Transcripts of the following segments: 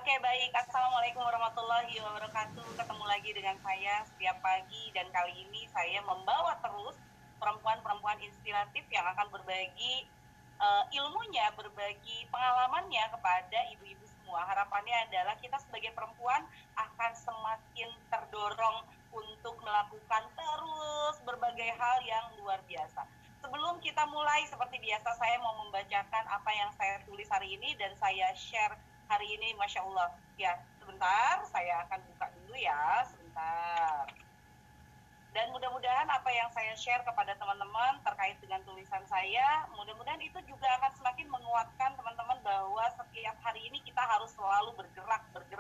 Oke, baik. Assalamualaikum warahmatullahi wabarakatuh. Ketemu lagi dengan saya setiap pagi dan kali ini saya membawa terus perempuan-perempuan inspiratif yang akan berbagi ilmunya, berbagi pengalamannya kepada ibu-ibu semua. Harapannya adalah kita sebagai perempuan akan semakin terdorong untuk melakukan terus berbagai hal yang luar biasa. Sebelum kita mulai, seperti biasa saya mau membacakan apa yang saya tulis hari ini dan saya share hari ini. Masya Allah. Ya, sebentar, saya akan buka dulu ya, sebentar. Dan mudah-mudahan apa yang saya share kepada teman-teman terkait dengan tulisan saya, mudah-mudahan itu juga akan semakin menguatkan teman-teman bahwa setiap hari ini kita harus selalu bergerak.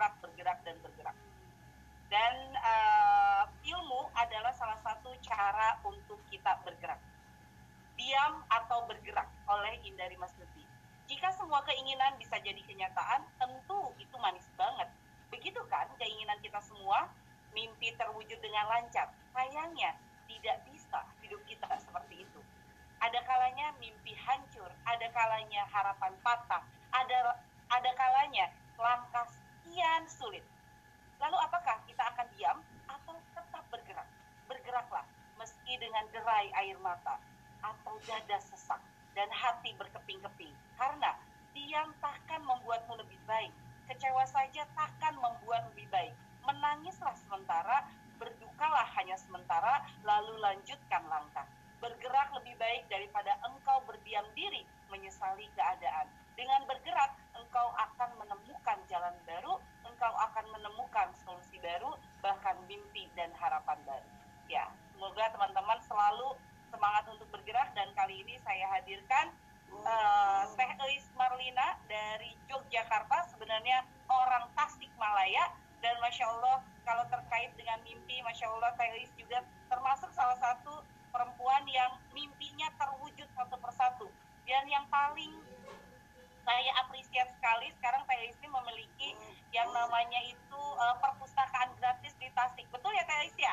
Dan ilmu adalah salah satu cara untuk kita bergerak. Diam atau bergerak oleh Indari Masnuti. Jika semua keinginan bisa jadi kenyataan, tentu itu manis banget. Begitu kan keinginan kita semua? Mimpi terwujud dengan lancar. Sayangnya tidak bisa hidup kita seperti itu. Ada kalanya mimpi hancur, ada kalanya harapan patah, ada kalanya langkah sekian sulit. Lalu apakah kita akan diam atau tetap bergerak? Bergeraklah meski dengan derai air mata atau dada sesak dan hati berkeping-keping. Karena diam takkan membuatmu lebih baik. Kecewa saja takkan membuat lebih baik. Menangislah sementara, berdukalah hanya sementara, lalu lanjutkan langkah. Bergerak lebih baik daripada engkau berdiam diri menyesali keadaan. Dengan bergerak, engkau akan menemukan jalan baru, engkau akan menemukan solusi baru, bahkan mimpi dan harapan baru. Ya, semoga teman-teman selalu semangat untuk bergerak, dan kali ini saya hadirkan Teh Eis Marlina dari Yogyakarta, sebenarnya orang Tasikmalaya. Dan Masya Allah, kalau terkait dengan mimpi, Masya Allah, Teh Eis juga termasuk salah satu perempuan yang mimpinya terwujud satu persatu. Dan yang paling saya apresiasi sekali, sekarang Teh Eis ini memiliki yang namanya itu perpustakaan gratis di Tasik. Betul ya Teh Eis ya?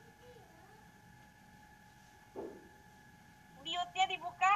Mute-nya dibuka.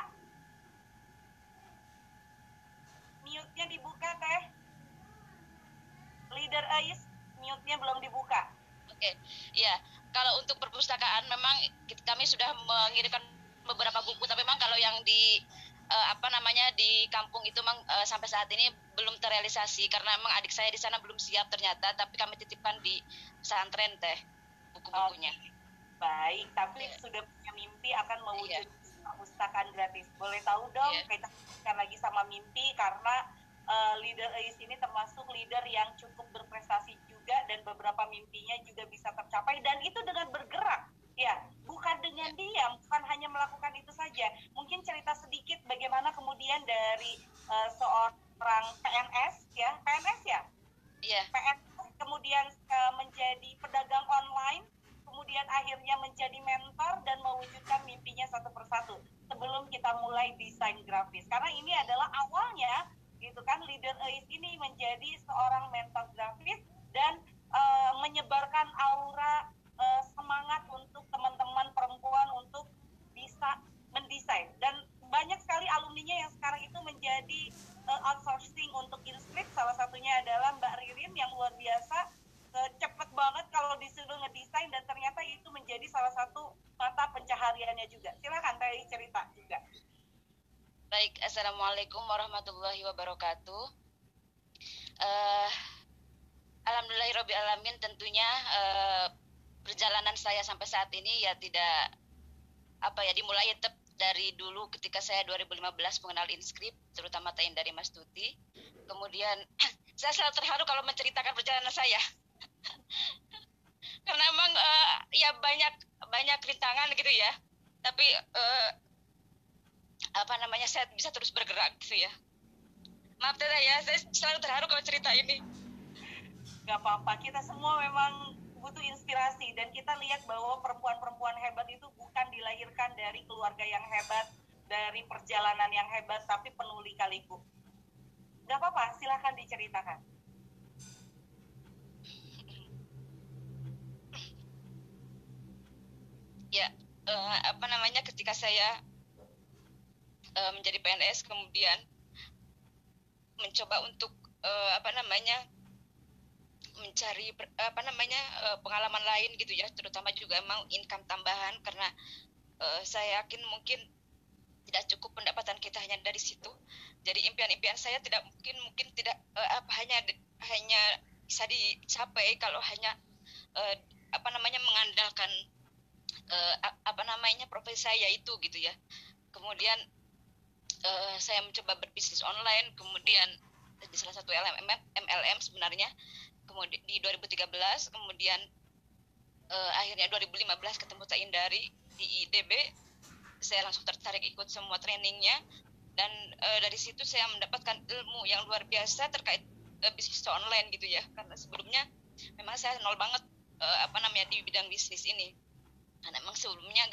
Mute-nya dibuka, Teh. Leader Ais, mute-nya belum dibuka. Oke, ya. Kalau untuk perpustakaan memang kami sudah mengirimkan beberapa buku, tapi memang kalau yang di di kampung itu memang sampai saat ini belum terrealisasi karena memang adik saya di sana belum siap ternyata, tapi kami titipkan di pesantren Teh buku-bukunya. Baik, tapi sudah punya mimpi akan mewujudkan perpustakaan gratis. Boleh tahu dong, kita lanjutkan lagi sama mimpi, karena leader Ais ini termasuk leader yang cukup berprestasi juga, dan beberapa mimpinya juga bisa tercapai, dan itu dengan bergerak. Ya, bukan dengan diam, bukan hanya melakukan itu saja. Mungkin cerita sedikit bagaimana kemudian dari seorang PNS ya? Iya. PNS kemudian menjadi pedagang online, kemudian akhirnya menjadi mentor dan mewujudkan mimpinya satu persatu. Sebelum kita mulai desain grafis, karena ini adalah awalnya, gitu kan, leader Ais ini menjadi seorang mentor grafis dan menyebarkan aura semangat untuk teman-teman perempuan untuk bisa mendesain. Dan banyak sekali alumninya yang sekarang itu menjadi outsourcing untuk Inscript. Salah satunya adalah Mbak Ririn yang luar biasa, cepet banget kalau disuruh ngedesain, dan ternyata itu menjadi salah satu mata pencahariannya juga. Silakan Teh cerita juga. Baik, Assalamualaikum warahmatullahi wabarakatuh. Alhamdulillahirabbil alamin, tentunya perjalanan saya sampai saat ini ya tidak dimulai dari dulu ketika saya 2015 mengenal Inscript, terutama Teh Indari Mastuti. Kemudian saya selalu terharu kalau menceritakan perjalanan saya. Karena emang ya banyak rintangan gitu ya. Tapi saya bisa terus bergerak gitu ya. Maaf Teh ya, saya selalu terharu kalau cerita ini. Gak apa-apa, kita semua memang butuh inspirasi, dan kita lihat bahwa perempuan-perempuan hebat itu bukan dilahirkan dari keluarga yang hebat, dari perjalanan yang hebat, tapi penuh lika-liku. Gak apa-apa, silakan diceritakan. Ya, ketika saya menjadi PNS, kemudian mencoba untuk mencari pengalaman lain gitu ya, terutama juga mau income tambahan karena saya yakin mungkin tidak cukup pendapatan kita hanya dari situ. Jadi impian-impian saya tidak mungkin tidak hanya bisa dicapai kalau hanya mengandalkan profesi saya itu gitu ya. Kemudian saya mencoba berbisnis online, kemudian di salah satu MLM sebenarnya, kemudian di 2013, kemudian akhirnya 2015 ketemu Teh Indari di IDB, saya langsung tertarik ikut semua trainingnya, dan dari situ saya mendapatkan ilmu yang luar biasa terkait bisnis online gitu ya, karena sebelumnya memang saya nol banget di bidang bisnis ini, karena memang sebelumnya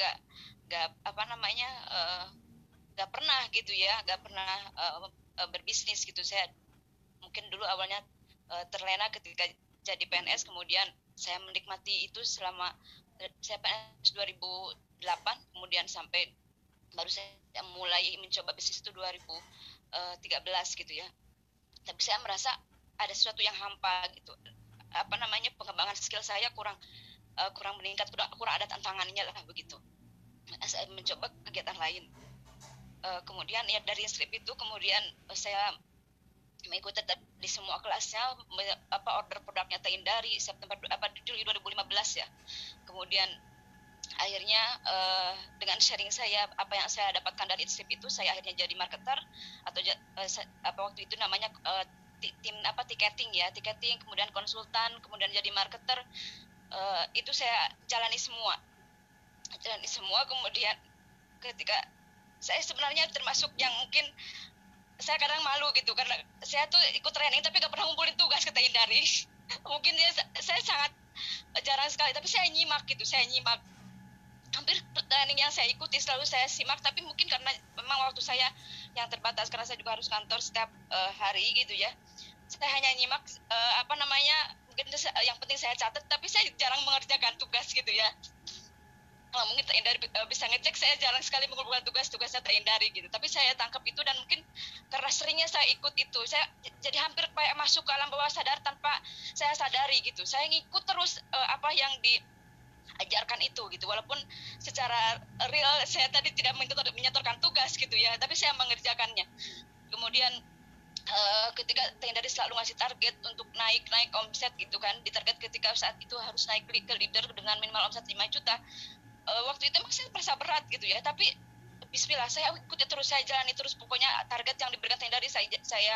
nggak pernah gitu ya, nggak pernah berbisnis gitu. Saya mungkin dulu awalnya terlena ketika jadi PNS, kemudian saya menikmati itu selama saya PNS 2008, kemudian sampai baru saya mulai mencoba bisnis itu 2013 gitu ya. Tapi saya merasa ada sesuatu yang hampa gitu, pengembangan skill saya kurang meningkat, kurang ada tantangannya lah begitu. Saya mencoba kegiatan lain. Kemudian ya dari Inscript itu kemudian saya mengikuti di semua kelasnya, order produknya Teh Indari Juli 2015 ya. Kemudian akhirnya dengan sharing saya apa yang saya dapatkan dari Inscript itu, saya akhirnya jadi marketer atau waktu itu namanya tim tiketing, kemudian konsultan, kemudian jadi marketer. Itu saya jalani semua. Kemudian ketika saya sebenarnya termasuk yang mungkin saya kadang malu gitu, karena saya tuh ikut training tapi gak pernah ngumpulin tugas ke Teh Indari. Mungkin saya sangat jarang sekali, tapi saya nyimak hampir training yang saya ikuti selalu saya simak, tapi mungkin karena memang waktu saya yang terbatas, karena saya juga harus kantor setiap hari gitu ya, saya hanya nyimak mungkin yang penting saya catat, tapi saya jarang mengerjakan tugas gitu ya. Kalau mungkin Teh Indari bisa ngecek, saya jarang sekali mengumpulkan tugas-tugasnya Teh Indari gitu. Tapi saya tangkap itu, dan mungkin karena seringnya saya ikut itu, saya jadi hampir kayak masuk ke alam bawah sadar tanpa saya sadari gitu. Saya ngikut terus apa yang diajarkan itu gitu. Walaupun secara real saya tadi tidak menyetorkan tugas gitu ya, tapi saya mengerjakannya. Kemudian ketika Teh Indari selalu ngasih target untuk naik omset gitu kan, ditarget ketika saat itu harus naik ke leader dengan minimal omset 5 juta. Waktu itu emang saya merasa berat gitu ya, tapi bismillah saya ikuti terus, saya jalani terus, pokoknya target yang diberikan Teh Indari saya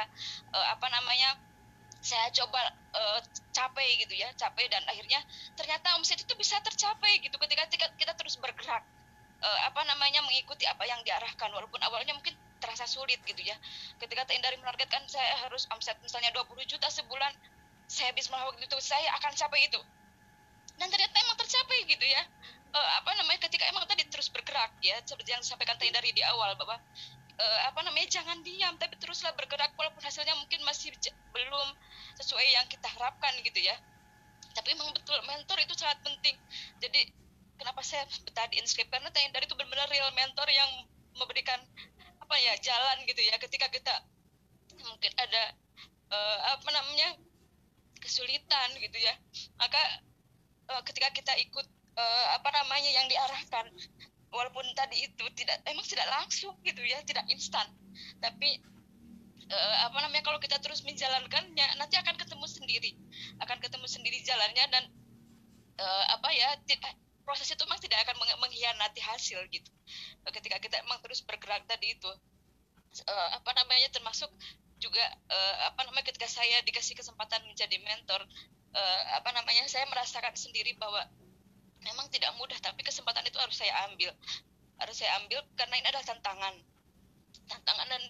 saya coba capai gitu ya, dan akhirnya ternyata omset itu bisa tercapai gitu ketika kita terus bergerak mengikuti apa yang diarahkan, walaupun awalnya mungkin terasa sulit gitu ya. Ketika Teh Indari menargetkan saya harus omset misalnya 20 juta sebulan, saya bismillah waktu itu saya akan capai itu, dan ternyata emang tercapai gitu ya. Ketika emang tadi terus bergerak ya, seperti yang disampaikan Teh Indari di awal bahwa jangan diam tapi teruslah bergerak, walaupun hasilnya mungkin masih belum sesuai yang kita harapkan gitu ya. Tapi memang betul mentor itu sangat penting. Jadi kenapa saya betah di Inscript, karena Teh Indari itu benar-benar real mentor yang memberikan jalan gitu ya, ketika kita mungkin ada kesulitan gitu ya, maka ketika kita ikut yang diarahkan, walaupun tadi itu tidak langsung gitu ya, tidak instan, tapi kalau kita terus menjalankannya nanti akan ketemu sendiri jalannya, dan proses itu memang tidak akan mengkhianati hasil gitu. Ketika kita memang terus bergerak tadi itu, termasuk juga ketika saya dikasih kesempatan menjadi mentor, saya merasakan sendiri bahwa memang tidak mudah, tapi kesempatan itu harus saya ambil karena ini adalah tantangan dan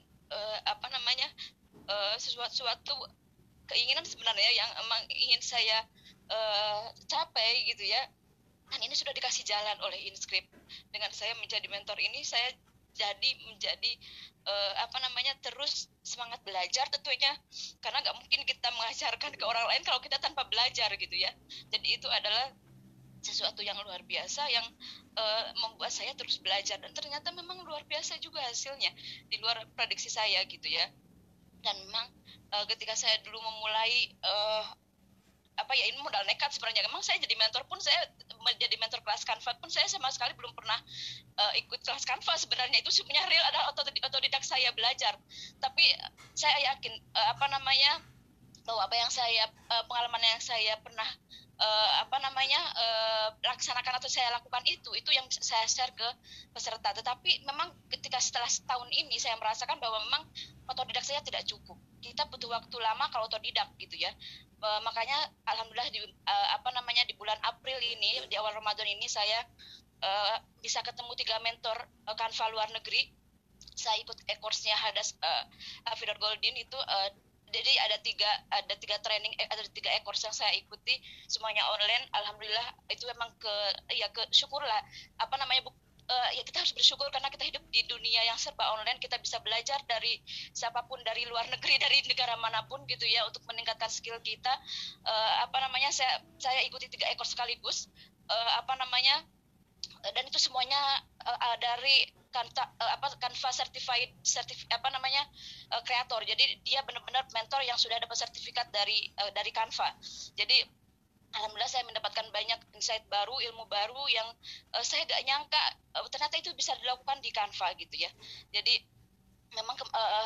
sesuatu keinginan sebenarnya yang emang ingin saya capai gitu ya. Dan ini sudah dikasih jalan oleh Inscript. Dengan saya menjadi mentor ini, saya menjadi terus semangat belajar tentunya, karena nggak mungkin kita mengajarkan ke orang lain kalau kita tanpa belajar gitu ya. Jadi itu adalah sesuatu yang luar biasa yang membuat saya terus belajar, dan ternyata memang luar biasa juga hasilnya, di luar prediksi saya gitu ya. Dan memang ketika saya dulu memulai apa ya, ini modal nekat sebenarnya. Memang saya jadi mentor pun, saya menjadi mentor kelas Canva pun saya sama sekali belum pernah ikut kelas Canva. Sebenarnya itu sebenarnya real adalah otodidak saya belajar. Tapi saya yakin apa namanya, bahwa apa yang saya pengalaman yang saya pernah laksanakan atau saya lakukan itu yang saya share ke peserta. Tetapi memang ketika setelah setahun ini saya merasakan bahwa memang otodidak saya tidak cukup. Kita butuh waktu lama kalau otodidak gitu ya. Makanya alhamdulillah di bulan April ini, di awal Ramadan ini, saya bisa ketemu 3 mentor Canva luar negeri. Saya ikut e-course-nya Hadas Afidor Goldin itu. Jadi ada tiga training, ada 3 e-course yang saya ikuti, semuanya online. Alhamdulillah itu memang syukurlah ya kita harus bersyukur karena kita hidup di dunia yang serba online. Kita bisa belajar dari siapapun, dari luar negeri, dari negara manapun gitu ya, untuk meningkatkan skill kita. Saya ikuti 3 e-course sekaligus, dan itu semuanya dari Canva certified kreator. Jadi dia benar-benar mentor yang sudah dapat sertifikat dari Canva. Jadi alhamdulillah saya mendapatkan banyak insight baru, ilmu baru yang saya gak nyangka ternyata itu bisa dilakukan di Canva gitu ya. Jadi memang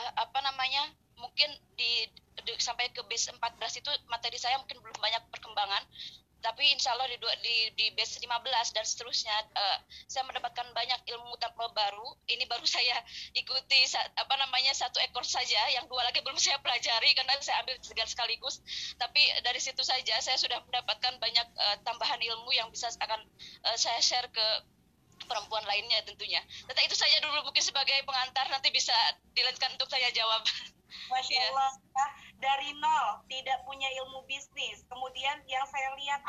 mungkin sampai ke base 14 itu materi saya mungkin belum banyak perkembangan. Tapi insya Allah di base 15 dan seterusnya saya mendapatkan banyak ilmu baru. Ini baru saya ikuti 1 e-course saja, yang 2 lagi belum saya pelajari karena saya ambil 3 sekaligus. Tapi dari situ saja saya sudah mendapatkan banyak tambahan ilmu yang bisa akan saya share ke perempuan lainnya tentunya. Tetapi itu saja dulu mungkin sebagai pengantar, nanti bisa dilanjutkan untuk saya jawab. Masya Allah, dari nol, tidak punya ilmu bisnis. Kemudian yang saya lihat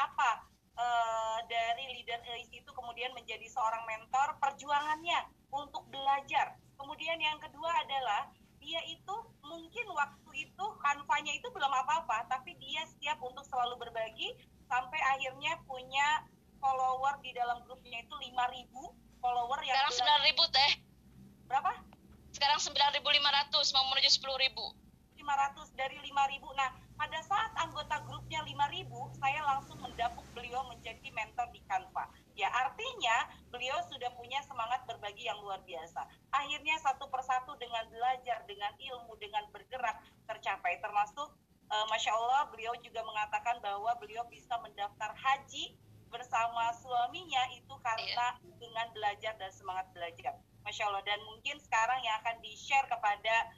dari leader itu kemudian menjadi seorang mentor, perjuangannya untuk belajar. Kemudian yang kedua adalah dia itu mungkin waktu itu Canva-nya itu belum apa-apa, tapi dia siap untuk selalu berbagi sampai akhirnya punya follower di dalam grupnya itu 5.000 follower. Yang sekarang 9.000 teh. Berapa? Sekarang 9.500, mau menuju 10.000. 500 dari 5.000. Nah, pada saat anggota grupnya 5.000, saya langsung mendapuk beliau menjadi mentor di Canva. Ya, artinya beliau sudah punya semangat berbagi yang luar biasa. Akhirnya satu persatu dengan belajar, dengan ilmu, dengan bergerak tercapai. Termasuk, Masya Allah, beliau juga mengatakan bahwa beliau bisa mendaftar haji bersama suaminya itu karena dengan belajar dan semangat belajar. Masya Allah. Dan mungkin sekarang yang akan di-share kepada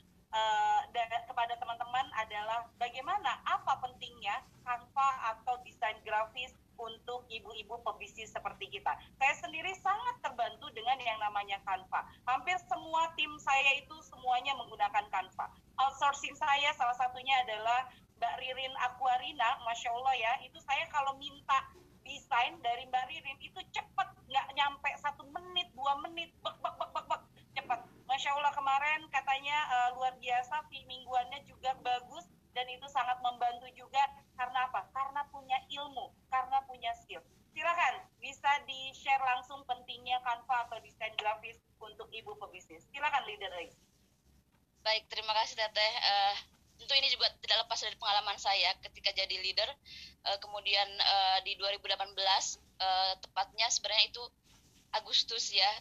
teman-teman adalah bagaimana, apa pentingnya Canva atau desain grafis untuk ibu-ibu pebisnis seperti kita. Saya sendiri sangat terbantu dengan yang namanya Canva. Hampir semua tim saya itu semuanya menggunakan Canva. Outsourcing saya salah satunya adalah Mbak Ririn Aquarina, Masya Allah ya, itu saya kalau minta desain dari Mbak Ririn itu cepat, nggak nyampe 1 menit, 2 menit, cepat. Masya Allah, kemarin katanya luar biasa, mingguannya juga bagus, dan itu sangat membantu juga. Karena apa? Karena punya ilmu, karena punya skill. Silakan, bisa di-share langsung pentingnya Canva atau desain grafis untuk ibu pebisnis. Silakan, Leader Ais. Baik, terima kasih Teteh. Tentu ini juga tidak lepas dari pengalaman saya ketika jadi leader. Kemudian di 2018, tepatnya sebenarnya itu Agustus ya,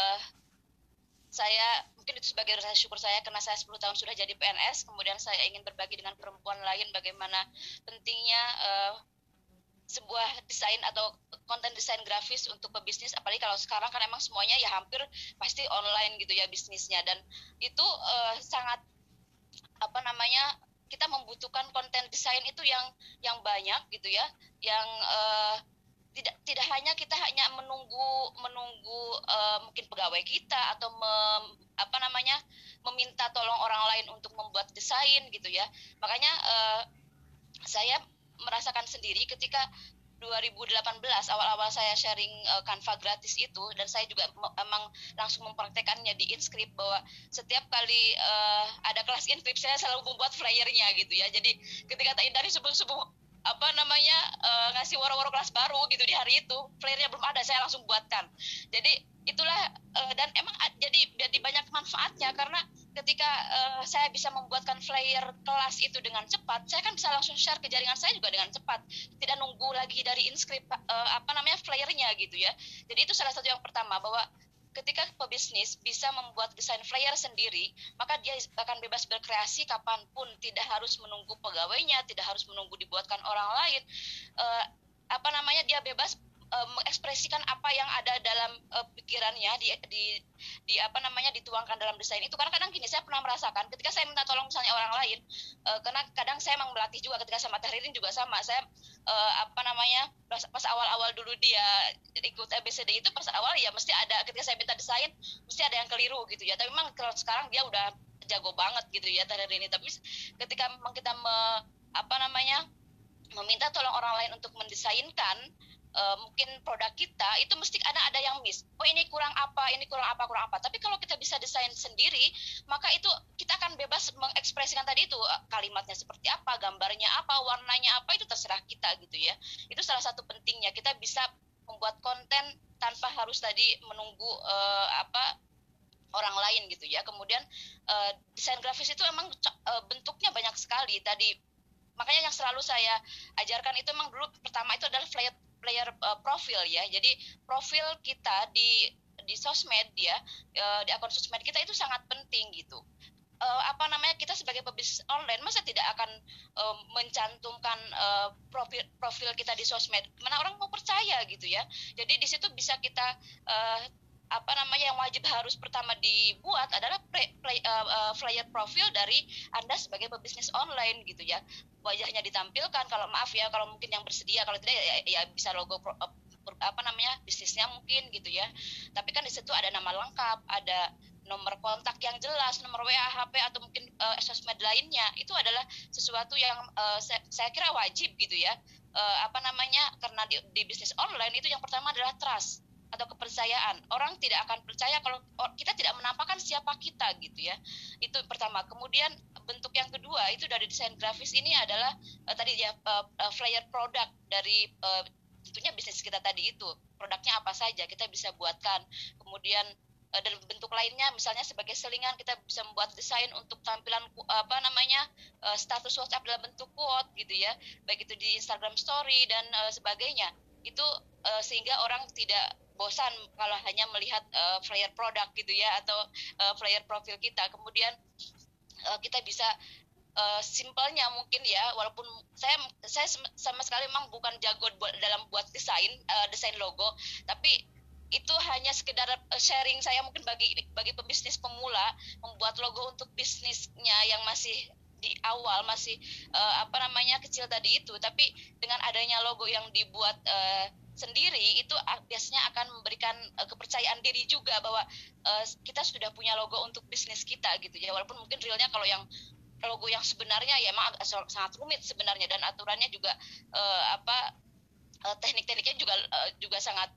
saya mungkin itu sebagai rasa syukur saya karena saya 10 tahun sudah jadi PNS. Kemudian saya ingin berbagi dengan perempuan lain bagaimana pentingnya sebuah desain atau konten desain grafis untuk pebisnis, apalagi kalau sekarang kan emang semuanya ya hampir pasti online gitu ya bisnisnya, dan itu sangat kita membutuhkan konten desain itu yang banyak gitu ya, yang tidak hanya kita menunggu mungkin pegawai kita atau meminta tolong orang lain untuk membuat desain gitu ya. Makanya saya merasakan sendiri ketika 2018 awal-awal saya sharing Canva gratis itu, dan saya juga emang langsung mempraktekannya di Inscript, bahwa setiap kali ada kelas Inscript saya selalu membuat flyernya gitu ya. Jadi ketika tak dari subuh-subuh ngasih waro-waro kelas baru gitu di hari itu, flyernya belum ada, saya langsung buatkan. Jadi itulah dan emang jadi banyak manfaatnya karena ketika saya bisa membuatkan flyer kelas itu dengan cepat, saya kan bisa langsung share ke jaringan saya juga dengan cepat, tidak nunggu lagi dari inskrip flyernya gitu ya. Jadi itu salah satu yang pertama, bahwa ketika pebisnis bisa membuat desain flyer sendiri, maka dia akan bebas berkreasi kapanpun, tidak harus menunggu pegawainya, tidak harus menunggu dibuatkan orang lain. Dia bebas mengekspresikan apa yang ada dalam pikirannya dituangkan dalam desain itu. Karena kadang gini, saya pernah merasakan ketika saya minta tolong misalnya orang lain, karena kadang saya memang melatih juga, ketika sama Teh Ririn juga sama, saya pas awal-awal dulu dia ikut ABCD itu, pas awal ya mesti ada, ketika saya minta desain mesti ada yang keliru gitu ya, tapi memang kalau sekarang dia udah jago banget gitu ya Teh Ririn. Tapi ketika memang kita meminta tolong orang lain untuk mendesainkan mungkin produk kita, itu mesti ada yang miss. Oh, ini kurang apa. Tapi kalau kita bisa desain sendiri, maka itu kita akan bebas mengekspresikan tadi itu, kalimatnya seperti apa, gambarnya apa, warnanya apa, itu terserah kita gitu ya. Itu salah satu pentingnya, kita bisa membuat konten tanpa harus tadi menunggu orang lain gitu ya. Kemudian desain grafis itu emang bentuknya banyak sekali tadi. Makanya yang selalu saya ajarkan itu memang dulu pertama itu adalah flyer profil ya. Jadi profil kita di sosmed ya, di akun sosmed kita itu sangat penting gitu. Kita sebagai pebisnis online masa tidak akan mencantumkan profil kita di sosmed, mana orang mau percaya gitu ya. Jadi di situ bisa kita yang wajib harus pertama dibuat adalah flyer profil dari Anda sebagai pebisnis online gitu ya. Wajahnya ditampilkan, kalau mungkin yang bersedia, kalau tidak ya bisa logo bisnisnya mungkin gitu ya. Tapi kan di situ ada nama lengkap, ada nomor kontak yang jelas, nomor WA, HP atau mungkin sosmed lainnya. Itu adalah sesuatu yang saya kira wajib gitu ya. Karena di bisnis online itu yang pertama adalah trust atau kepercayaan. Orang tidak akan percaya kalau kita tidak menampakkan siapa kita gitu ya. Itu pertama. Kemudian bentuk yang kedua itu dari desain grafis ini adalah flyer produk dari tentunya bisnis kita tadi itu. Produknya apa saja kita bisa buatkan. Kemudian dan bentuk lainnya misalnya sebagai selingan kita bisa membuat desain untuk tampilan status WhatsApp dalam bentuk quote gitu ya. Baik itu di Instagram story dan sebagainya. Itu sehingga orang tidak bosan kalau hanya melihat flyer produk gitu ya, atau flyer profil kita. Kemudian kita bisa simpelnya mungkin ya, walaupun saya sama sekali memang bukan jago dalam buat desain logo, tapi itu hanya sekedar sharing saya mungkin bagi pebisnis pemula, membuat logo untuk bisnisnya yang masih di awal, masih kecil tadi itu. Tapi dengan adanya logo yang dibuat sendiri itu biasanya akan memberikan kepercayaan diri juga bahwa kita sudah punya logo untuk bisnis kita gitu ya. Walaupun mungkin realnya kalau yang logo yang sebenarnya ya emang sangat rumit sebenarnya, dan aturannya juga teknik-tekniknya juga sangat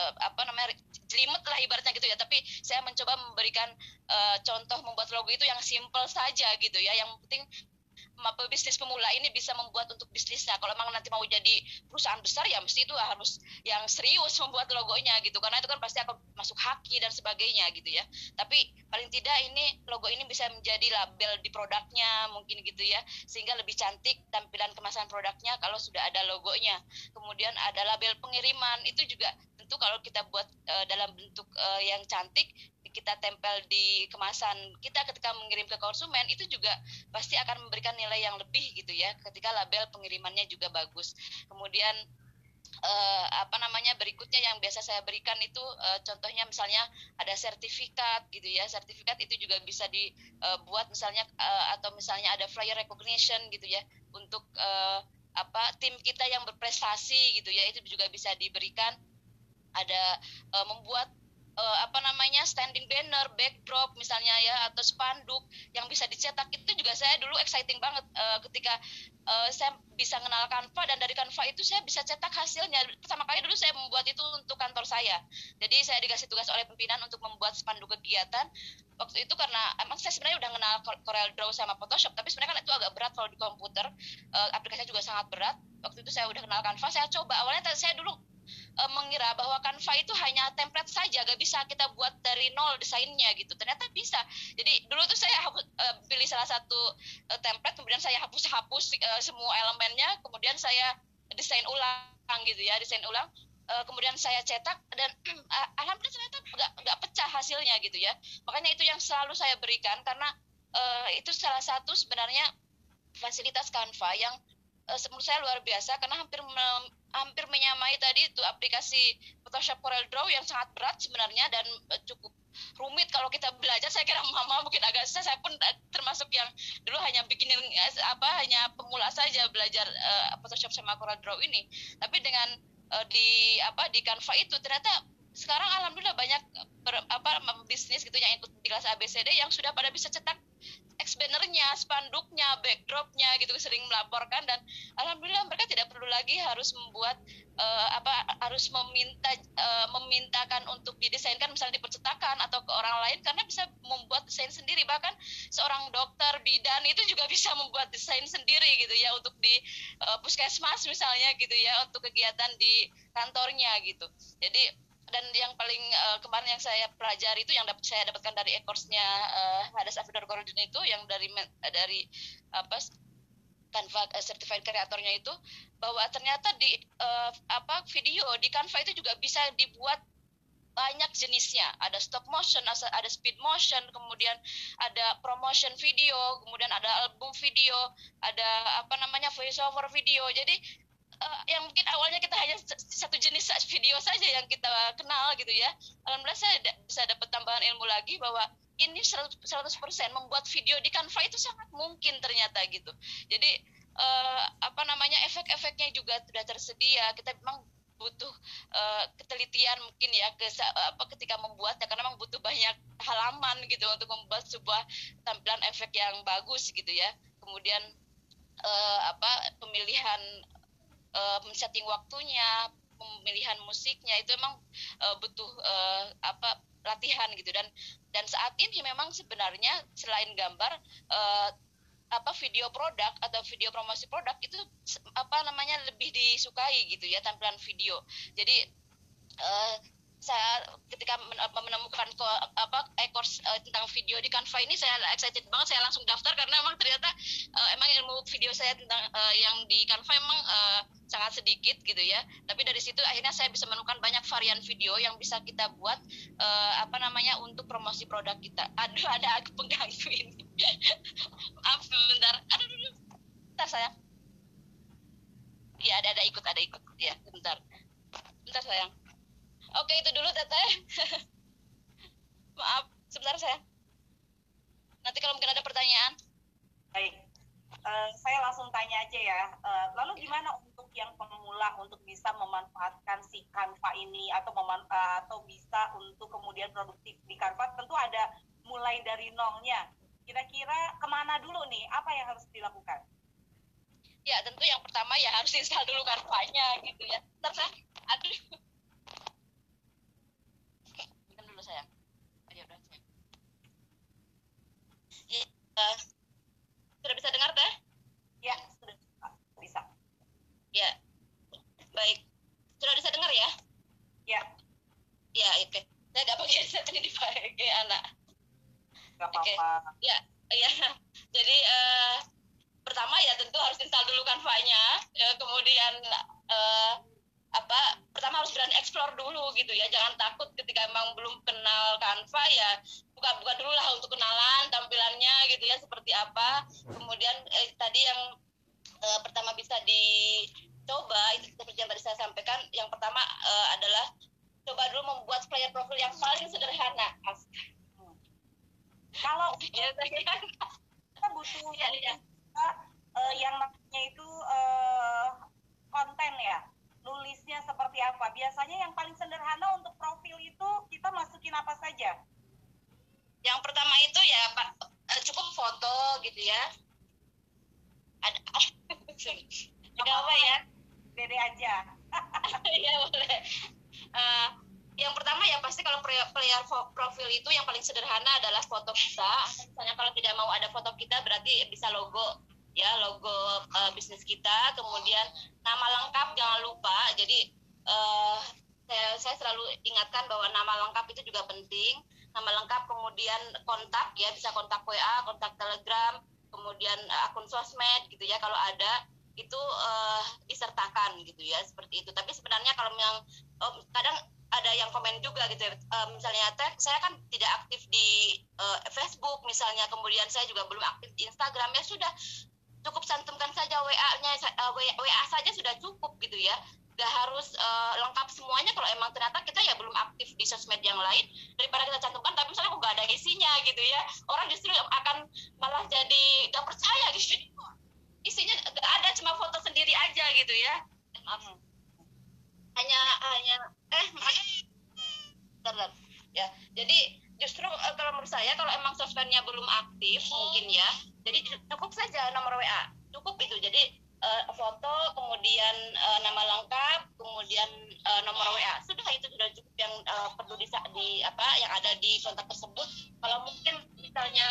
jelimet lah ibaratnya gitu ya. Tapi saya mencoba memberikan contoh membuat logo itu yang simple saja gitu ya. Yang penting pebisnis pemula ini bisa membuat untuk bisnisnya. Kalau memang nanti mau jadi perusahaan besar ya mesti itu harus yang serius membuat logonya gitu, karena itu kan pasti akan masuk haki dan sebagainya gitu ya. Tapi paling tidak ini logo ini bisa menjadi label di produknya mungkin gitu ya, sehingga lebih cantik tampilan kemasan produknya kalau sudah ada logonya. Kemudian ada label pengiriman, itu juga tentu kalau kita buat dalam bentuk yang cantik, kita tempel di kemasan kita ketika mengirim ke konsumen, itu juga pasti akan memberikan nilai yang lebih gitu ya, ketika label pengirimannya juga bagus. Kemudian berikutnya yang biasa saya berikan itu contohnya misalnya ada sertifikat gitu ya. Sertifikat itu juga bisa dibuat misalnya atau misalnya ada flyer recognition gitu ya, untuk tim kita yang berprestasi gitu ya, itu juga bisa diberikan. Ada membuat standing banner, backdrop misalnya ya, atau spanduk yang bisa dicetak. Itu juga saya dulu exciting banget ketika saya bisa kenal Canva, dan dari Canva itu saya bisa cetak hasilnya. Pertama kali dulu saya membuat itu untuk kantor saya. Jadi saya dikasih tugas oleh pimpinan untuk membuat spanduk kegiatan. Waktu itu karena emang saya sebenarnya udah kenal Corel Draw sama Photoshop, tapi sebenarnya kan itu agak berat kalau di komputer, aplikasinya juga sangat berat. Waktu itu saya udah kenal Canva, saya coba. Awalnya saya dulu mengira bahwa Canva itu hanya template saja, gak bisa kita buat dari nol desainnya gitu. Ternyata bisa. Jadi dulu tuh saya pilih salah satu template, kemudian saya hapus semua elemennya, kemudian saya desain ulang gitu ya, kemudian saya cetak dan alhamdulillah ternyata nggak pecah hasilnya gitu ya. Makanya itu yang selalu saya berikan, karena itu salah satu sebenarnya fasilitas Canva yang menurut saya luar biasa, karena hampir menyamai tadi itu aplikasi Photoshop Corel Draw yang sangat berat sebenarnya dan cukup rumit kalau kita belajar. Saya kira mama mungkin agak susah, saya pun termasuk yang dulu hanya hanya pemula saja belajar Photoshop sama Corel Draw ini. Tapi dengan di Canva itu ternyata sekarang alhamdulillah banyak bisnis gitu yang ikut di kelas ABCD yang sudah pada bisa cetak bannernya, spanduknya, backdropnya gitu, sering melaporkan, dan alhamdulillah mereka tidak perlu lagi harus membuat harus memintakan untuk didesainkan misalnya di percetakan atau ke orang lain, karena bisa membuat desain sendiri. Bahkan seorang dokter bidan itu juga bisa membuat desain sendiri gitu ya, untuk di puskesmas misalnya gitu ya, untuk kegiatan di kantornya gitu. Jadi, dan yang paling kemarin yang saya pelajari itu, yang saya dapatkan dari e-course-nya Hadas Afidor Korodin itu, yang dari Canva certified creator-nya itu, bahwa ternyata di video di Canva itu juga bisa dibuat banyak jenisnya. Ada stop motion, ada speed motion, kemudian ada promotion video, kemudian ada album video, ada voice over video. Jadi yang mungkin awalnya kita hanya satu jenis video saja yang kita kenal gitu ya, alhamdulillah saya bisa dapat tambahan ilmu lagi bahwa ini 100% membuat video di Canva itu sangat mungkin ternyata gitu. Jadi efek-efeknya juga sudah tersedia. Kita memang butuh ketelitian mungkin ya ketika membuatnya, karena memang butuh banyak halaman gitu untuk membuat sebuah tampilan efek yang bagus gitu ya. Kemudian pemilihan setting waktunya, pemilihan musiknya itu memang butuh latihan gitu, dan saat ini memang sebenarnya selain gambar video produk atau video promosi produk itu lebih disukai gitu ya, tampilan video. Jadi saya ketika menemukan e-course tentang video di Canva ini, saya excited banget, saya langsung daftar karena memang ternyata emang ilmu video saya tentang yang di Canva emang sangat sedikit gitu ya. Tapi dari situ akhirnya saya bisa menemukan banyak varian video yang bisa kita buat untuk promosi produk kita. Aduh, ada aku pengganggu ini. Maaf sebentar. Aduh, bentar sayang. Iya, ada ikut ya, bentar sayang. Oke, itu dulu Teteh. Maaf, sebentar saya. Nanti kalau mungkin ada pertanyaan. Baik, saya langsung tanya aja ya. Lalu gimana untuk yang pemula untuk bisa memanfaatkan si Canva ini atau bisa untuk kemudian produktif di Canva? Tentu ada mulai dari nolnya. Kira-kira kemana dulu nih? Apa yang harus dilakukan? Ya, tentu yang pertama ya harus install dulu Canva-nya gitu ya. Bentar saya. Aduh. Sayang. Ya udah sayang. Ya, sudah bisa dengar Teh? Ya, sudah bisa. Ya, baik. Sudah bisa dengar ya? Ya. Ya, oke. Saya nggak pakai headset ini dipakai anak. Nggak apa-apa. Oke. Ya. Jadi pertama ya tentu harus install dulu Canva-nya. Kemudian pertama harus berani explore dulu gitu ya, jangan takut ketika emang belum kenal Canva ya, buka dulu lah untuk kenalan tampilannya gitu ya, seperti apa. Kemudian tadi yang pertama bisa dicoba itu seperti yang tadi saya sampaikan, yang pertama adalah coba dulu membuat player profil yang paling sederhana. Kalau ya, kita butuh yang namanya itu konten ya, nulisnya seperti apa? Biasanya yang paling sederhana untuk profil itu kita masukin apa saja? Yang pertama itu ya Pak, cukup foto gitu ya. Ada apa ya? Dede aja. Iya boleh. Yang pertama ya pasti kalau player profil itu yang paling sederhana adalah foto kita. Misalnya kalau tidak mau ada foto kita berarti bisa logo ya, logo bisnis kita. Kemudian nama lengkap jangan lupa. Jadi saya selalu ingatkan bahwa nama lengkap itu juga penting. Nama lengkap, kemudian kontak ya, bisa kontak WA, kontak Telegram, kemudian akun sosmed gitu ya, kalau ada itu disertakan gitu ya, seperti itu. Tapi sebenarnya kalau yang kadang ada yang komen juga gitu ya, misalnya saya kan tidak aktif di Facebook misalnya, kemudian saya juga belum aktif di Instagram, ya sudah cukup cantumkan saja WA saja sudah cukup gitu ya, gak harus lengkap semuanya. Kalau emang ternyata kita ya belum aktif di sosmed yang lain, daripada kita cantumkan tapi misalnya kok gak ada isinya gitu ya, orang justru akan malah jadi gak percaya gitu, isinya gak ada, cuma foto sendiri aja gitu ya. Maaf, hanya bentar. Ya, jadi justru kalau menurut saya, kalau emang sosmednya belum aktif mungkin ya, jadi cukup saja nomor WA, cukup itu. Jadi foto, kemudian nama lengkap, kemudian nomor WA, sudah, itu sudah cukup yang perlu yang ada di kontak tersebut. Kalau mungkin misalnya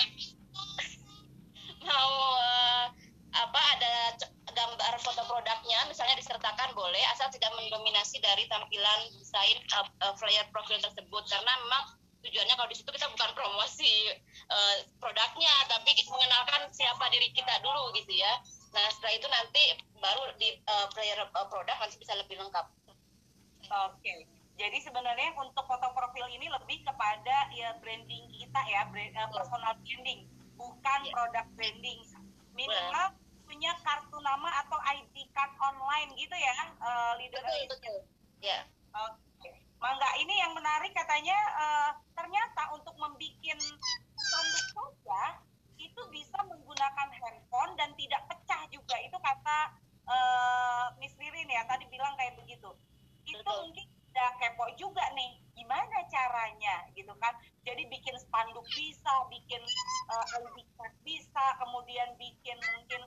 mau ada gambar foto produknya misalnya disertakan, boleh, asal tidak mendominasi dari tampilan desain flyer profil tersebut, karena memang tujuannya kalau di situ kita bukan promosi produknya, tapi mengenalkan siapa diri kita dulu gitu ya. Nah, setelah itu nanti baru di flyer produk nanti bisa lebih lengkap. Oke. Jadi sebenarnya untuk foto profil ini lebih kepada ya branding kita ya, personal branding, bukan produk branding. Minimal punya kartu nama atau ID card online gitu ya, leader. Betul. Ya. Oke. Mangga, ini yang menarik katanya ternyata untuk membuat spanduk saja itu bisa menggunakan handphone dan tidak pecah juga. Itu kata Miss Ririn ya, tadi bilang kayak begitu. Itu mungkin udah kepo juga nih, gimana caranya gitu kan. Jadi bikin spanduk bisa, bikin ID card bisa, kemudian bikin mungkin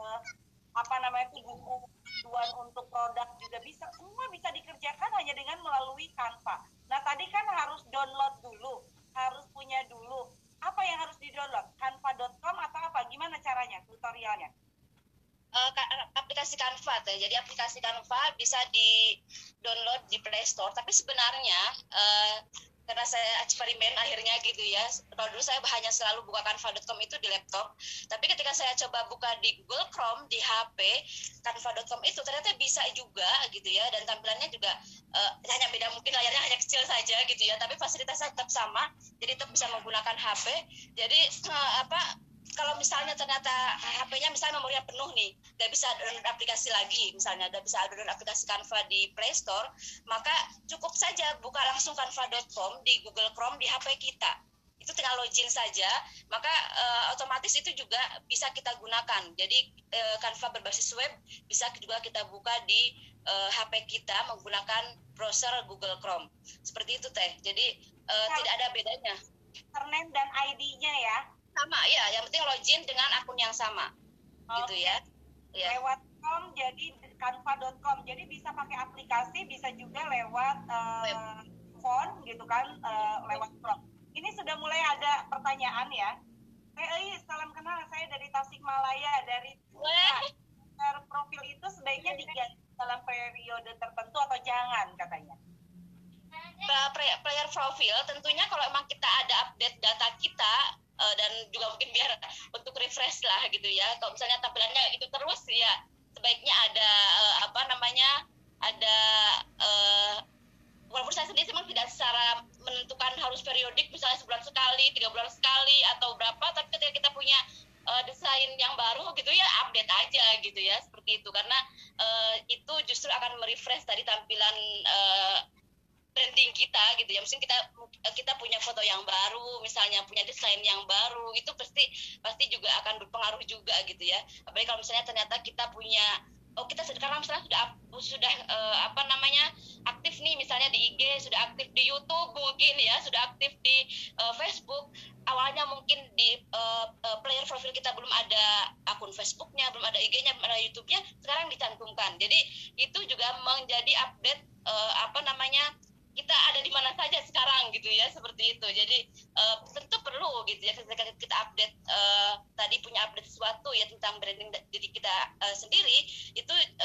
buku tujuan untuk produk juga bisa. Semua bisa dikerjakan hanya dengan melalui Canva. Nah, tadi kan harus download dulu, harus punya dulu. Apa yang harus di-download? Canva.com atau apa? Gimana caranya, tutorialnya? Aplikasi Canva ya. Jadi aplikasi Canva bisa di-download di Play Store, tapi sebenarnya karena saya eksperimen akhirnya gitu ya. Kalau dulu saya hanya selalu buka canva.com itu di laptop, tapi ketika saya coba buka di Google Chrome di HP, canva.com itu ternyata bisa juga gitu ya, dan tampilannya juga hanya beda, mungkin layarnya hanya kecil saja gitu ya, tapi fasilitasnya tetap sama, jadi tetap bisa menggunakan HP. Jadi kalau misalnya ternyata HP-nya misalnya memorinya penuh nih, nggak bisa download aplikasi lagi, misalnya nggak bisa download aplikasi Canva di Play Store, maka cukup saja buka langsung canva.com di Google Chrome di HP kita. Itu tinggal login saja, maka otomatis itu juga bisa kita gunakan. Jadi Canva berbasis web bisa juga kita buka di HP kita menggunakan browser Google Chrome. Seperti itu Teh. Jadi tidak ada bedanya. Username dan ID-nya ya? Sama ya, yang penting login dengan akun yang sama. Gitu ya. Lewat com, jadi canva.com, jadi bisa pakai aplikasi, bisa juga lewat phone gitu kan, lewat Chrome. Ini sudah mulai ada pertanyaan ya. Salam kenal, saya dari Tasikmalaya, dari profil itu sebaiknya diganti dalam periode tertentu atau jangan katanya? Player profil tentunya kalau emang kita ada update data kita, dan juga mungkin biar untuk refresh lah gitu ya. Kalau misalnya tampilannya itu terus ya, sebaiknya ada walaupun saya sendiri memang tidak secara menentukan harus periodik, misalnya sebulan sekali, 3 bulan sekali atau berapa, tapi ketika kita punya desain yang baru gitu ya, update aja gitu ya, seperti itu. Karena itu justru akan merefresh tadi tampilan branding kita gitu ya. Mungkin kita punya foto yang baru, misalnya punya desain yang baru, itu pasti juga akan berpengaruh juga gitu ya. Apalagi kalau misalnya ternyata kita punya kita sekarang misalnya sudah aktif nih, misalnya di IG, sudah aktif di YouTube mungkin ya, sudah aktif di Facebook. Awalnya mungkin di player profil kita belum ada akun Facebooknya, belum ada IG-nya, belum ada YouTube-nya, sekarang dicantumkan. Jadi itu juga menjadi update kita ada di mana saja sekarang gitu ya, seperti itu. Jadi tentu perlu gitu ya, ketika kita update tadi punya update sesuatu ya tentang branding diri kita sendiri, itu ya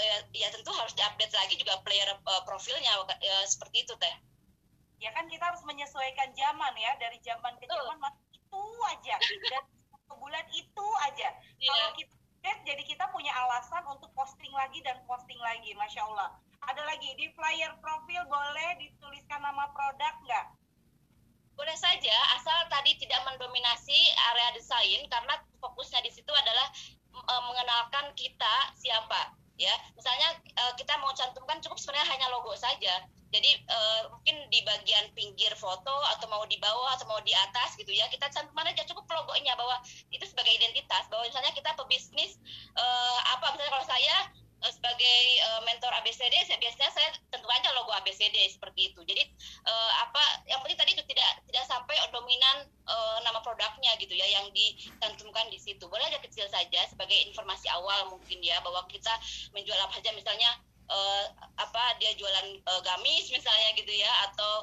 ya tentu harus diupdate lagi juga player profilnya seperti itu Teh. Ya kan kita harus menyesuaikan zaman ya, dari zaman ke zaman itu aja, dan ke bulan itu aja. Kalau kita update, jadi kita punya alasan untuk posting lagi dan posting lagi. Masya Allah. Ada lagi di flyer profil boleh dituliskan nama produk nggak? Boleh saja, asal tadi tidak mendominasi area desain, karena fokusnya di situ adalah mengenalkan kita siapa, ya. Misalnya kita mau cantumkan cukup sebenarnya hanya logo saja. Jadi mungkin di bagian pinggir foto atau mau di bawah atau mau di atas gitu ya, kita cantumkan aja cukup logonya bahwa itu sebagai identitas, bahwa misalnya kita pebisnis apa, misalnya kalau saya sebagai mentor ABCD, biasanya saya tentu aja logo ABCD seperti itu. Jadi apa yang penting tadi itu tidak sampai dominan nama produknya gitu ya yang dicantumkan di situ. Boleh aja kecil saja sebagai informasi awal mungkin ya, bahwa kita menjual apa saja, misalnya apa dia jualan gamis misalnya gitu ya, atau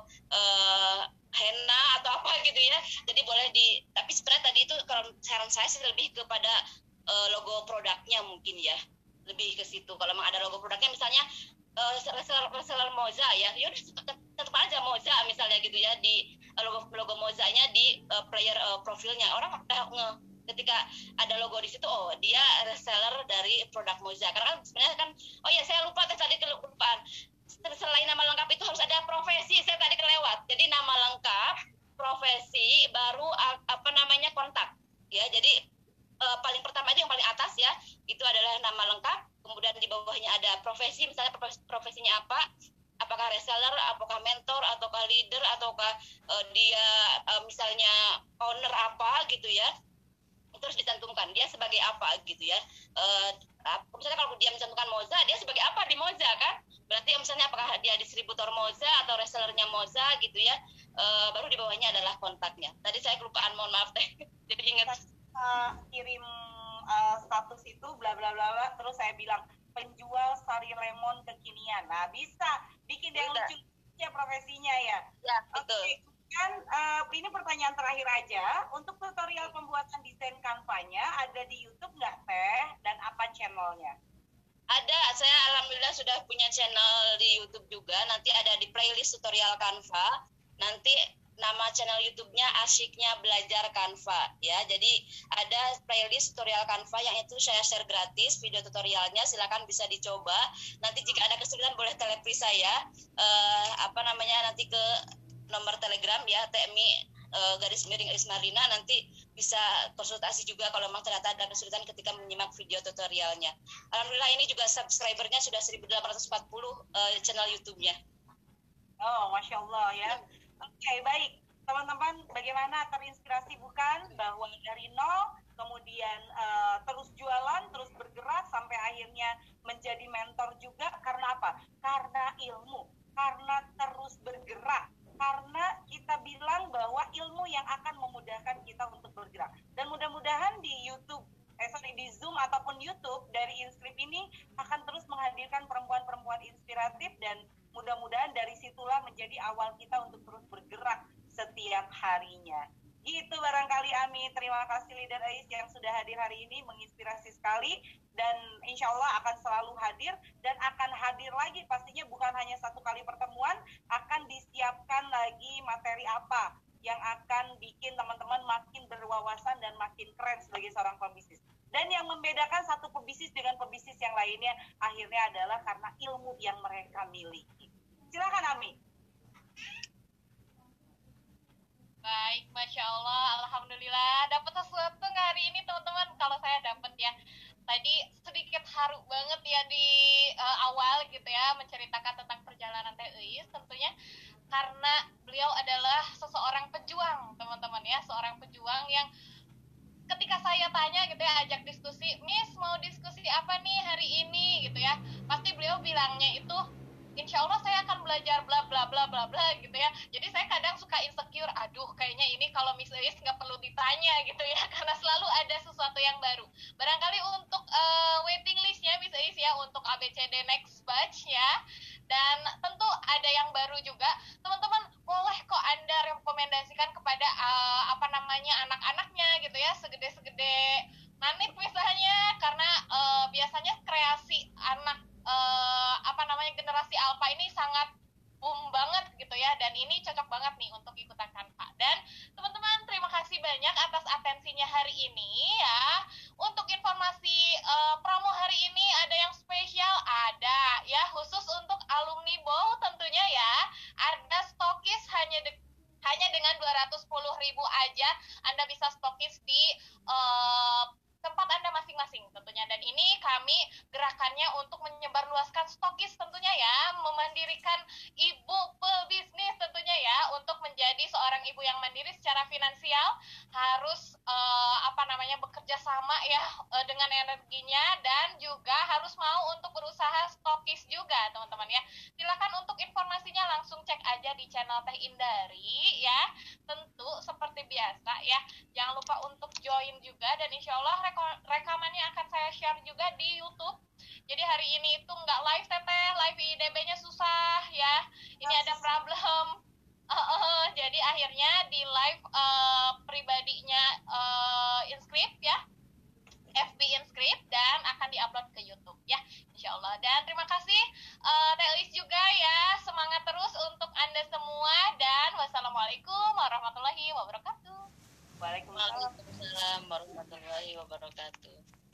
henna atau apa gitu ya. Jadi boleh tapi sebenarnya tadi itu kalau saran saya sih lebih kepada logo produknya mungkin ya, lebih ke situ. Kalau memang ada logo produknya, misalnya reseller Moza ya tetap aja Moza misalnya gitu ya, di logo Mozanya di player profilnya. Orang udah ketika ada logo di situ, oh dia reseller dari produk Moza. Karena kan sebenarnya kan, oh ya saya lupa tadi kelupaan, selain nama lengkap itu harus ada profesi, saya tadi kelewat. Jadi nama lengkap, profesi, baru apa namanya kontak ya. Jadi paling pertama aja yang paling atas ya, itu adalah nama lengkap, kemudian di bawahnya ada profesi, misalnya profesinya apa, apakah reseller, apakah mentor, ataukah leader, ataukah dia misalnya owner apa gitu ya, itu harus dicantumkan dia sebagai apa gitu ya. Misalnya kalau dia mencantumkan Moza, dia sebagai apa di Moza kan, berarti misalnya apakah dia distributor Moza atau resellernya Moza gitu ya. Baru di bawahnya adalah kontaknya. Tadi saya kelupaan, mohon maaf Teh. Jadi ingat kirim status itu bla bla bla bla, terus saya bilang penjual sari lemon kekinian. Nah, bisa bikin yang lucu ya profesinya ya. Ya, betul. Okay. Kan ini pertanyaan terakhir aja, untuk tutorial pembuatan desain kampanye ada di YouTube nggak Teh, dan apa channelnya? Ada, saya alhamdulillah sudah punya channel di YouTube juga. Nanti ada di playlist tutorial Canva. Nanti nama channel YouTube-nya Asyiknya Belajar Canva ya. Jadi ada playlist tutorial Canva yang itu saya share gratis video tutorialnya, silakan bisa dicoba. Nanti jika ada kesulitan boleh telepon saya apa namanya nanti ke nomor Telegram ya, TMI _Ismarlina, nanti bisa konsultasi juga kalau memang ternyata ada kesulitan ketika menyimak video tutorialnya. Alhamdulillah ini juga subscribernya sudah 1840 channel YouTube-nya. Oh, Masya Allah ya. Oke, baik. Teman-teman, bagaimana terinspirasi bukan bahwa dari nol, kemudian terus jualan, terus bergerak, sampai akhirnya menjadi mentor juga. Karena apa? Karena ilmu, karena terus bergerak, karena kita bilang bahwa ilmu yang akan memudahkan kita untuk bergerak. Dan mudah-mudahan di di Zoom ataupun YouTube dari Inscript ini akan terus menghadirkan perempuan-perempuan inspiratif, dan mudah-mudahan dari situlah menjadi awal kita untuk terus bergerak setiap harinya. Gitu barangkali Ami. Terima kasih Leader Ais yang sudah hadir hari ini, menginspirasi sekali, dan insya Allah akan selalu hadir, dan akan hadir lagi pastinya bukan hanya satu kali pertemuan, akan disiapkan lagi materi apa yang akan bikin teman-teman makin berwawasan dan makin keren sebagai seorang pebisnis. Dan yang membedakan satu pebisnis dengan pebisnis yang lainnya akhirnya adalah karena ilmu yang mereka miliki. Silakan Ami. Baik, Masya Allah, Alhamdulillah dapat sesuatu hari ini teman-teman. Kalau saya dapat ya, tadi sedikit haru banget ya di awal gitu ya, menceritakan tentang perjalanan Teh Eis tentunya, karena beliau adalah seseorang pejuang teman-teman ya, seorang pejuang yang ketika saya tanya gitu ya, ajak diskusi, Miss mau diskusi apa nih hari ini gitu ya, pasti beliau bilangnya itu insya Allah saya akan belajar bla bla bla bla bla gitu ya. Jadi saya kadang suka insecure, aduh kayaknya ini kalau Miss Eis nggak perlu ditanya gitu ya, karena selalu ada sesuatu yang baru. Barangkali untuk waiting listnya Miss Eis ya, untuk ABCD next batch ya, dan tentu ada yang baru juga. Teman-teman boleh kok Anda rekomendasikan kepada apa namanya anak-anaknya gitu ya, segede-segede Nanit misalnya, karena biasanya kreasi anak Alfa ini sangat boom banget gitu ya, dan ini cocok banget nih untuk ikutan Canva. Dan teman-teman, terima kasih banyak atas atensinya hari ini ya. Untuk informasi promo hari ini ada yang spesial, ada ya khusus untuk alumni BOW tentunya ya. Ada stokis hanya dengan 210.000 aja Anda bisa stokis di tempat Anda masing-masing tentunya. Dan ini kami gerakannya untuk menyebarluaskan stokis tentunya ya, memandirikan ibu pebisnis tentunya ya. Untuk menjadi seorang ibu yang mandiri secara finansial harus bekerja sama ya dengan energinya, dan juga harus mau untuk berusaha stokis juga teman-teman ya. Silakan untuk informasinya langsung cek aja di channel Teh Indari ya. Tentu seperti biasa ya, jangan lupa untuk join juga, dan insya Allah rekamannya akan saya share juga di YouTube. Jadi hari ini itu nggak live Teteh, live IDB-nya susah ya, ini ada problem. Jadi akhirnya di live pribadinya Inscript ya, FB Inscript, dan akan diupload ke YouTube ya, insya Allah. Dan terima kasih Teh Elis juga ya, semangat terus untuk Anda semua, dan wassalamualaikum warahmatullahi wabarakatuh. Waalaikumsalam Waalaikumsalam warahmatullahi wabarakatuh.